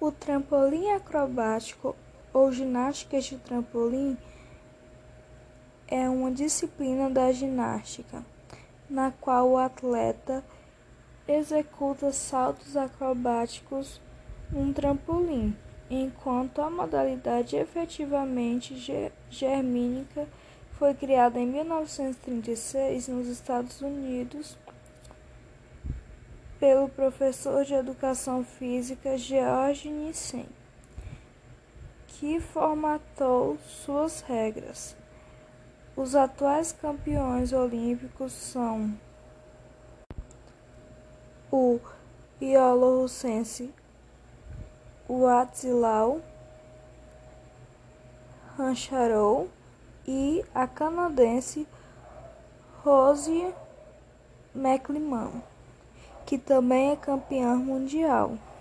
O trampolim acrobático ou ginástica de trampolim é uma disciplina da ginástica, na qual o atleta executa saltos acrobáticos num trampolim, enquanto a modalidade efetivamente germânica foi criada em 1936 nos Estados Unidos pelo professor de educação física George Nissen, que formatou suas regras. Os atuais campeões olímpicos são o bielorrusso Władysław Hancharov e a canadense Rose McLean, que também é campeã mundial.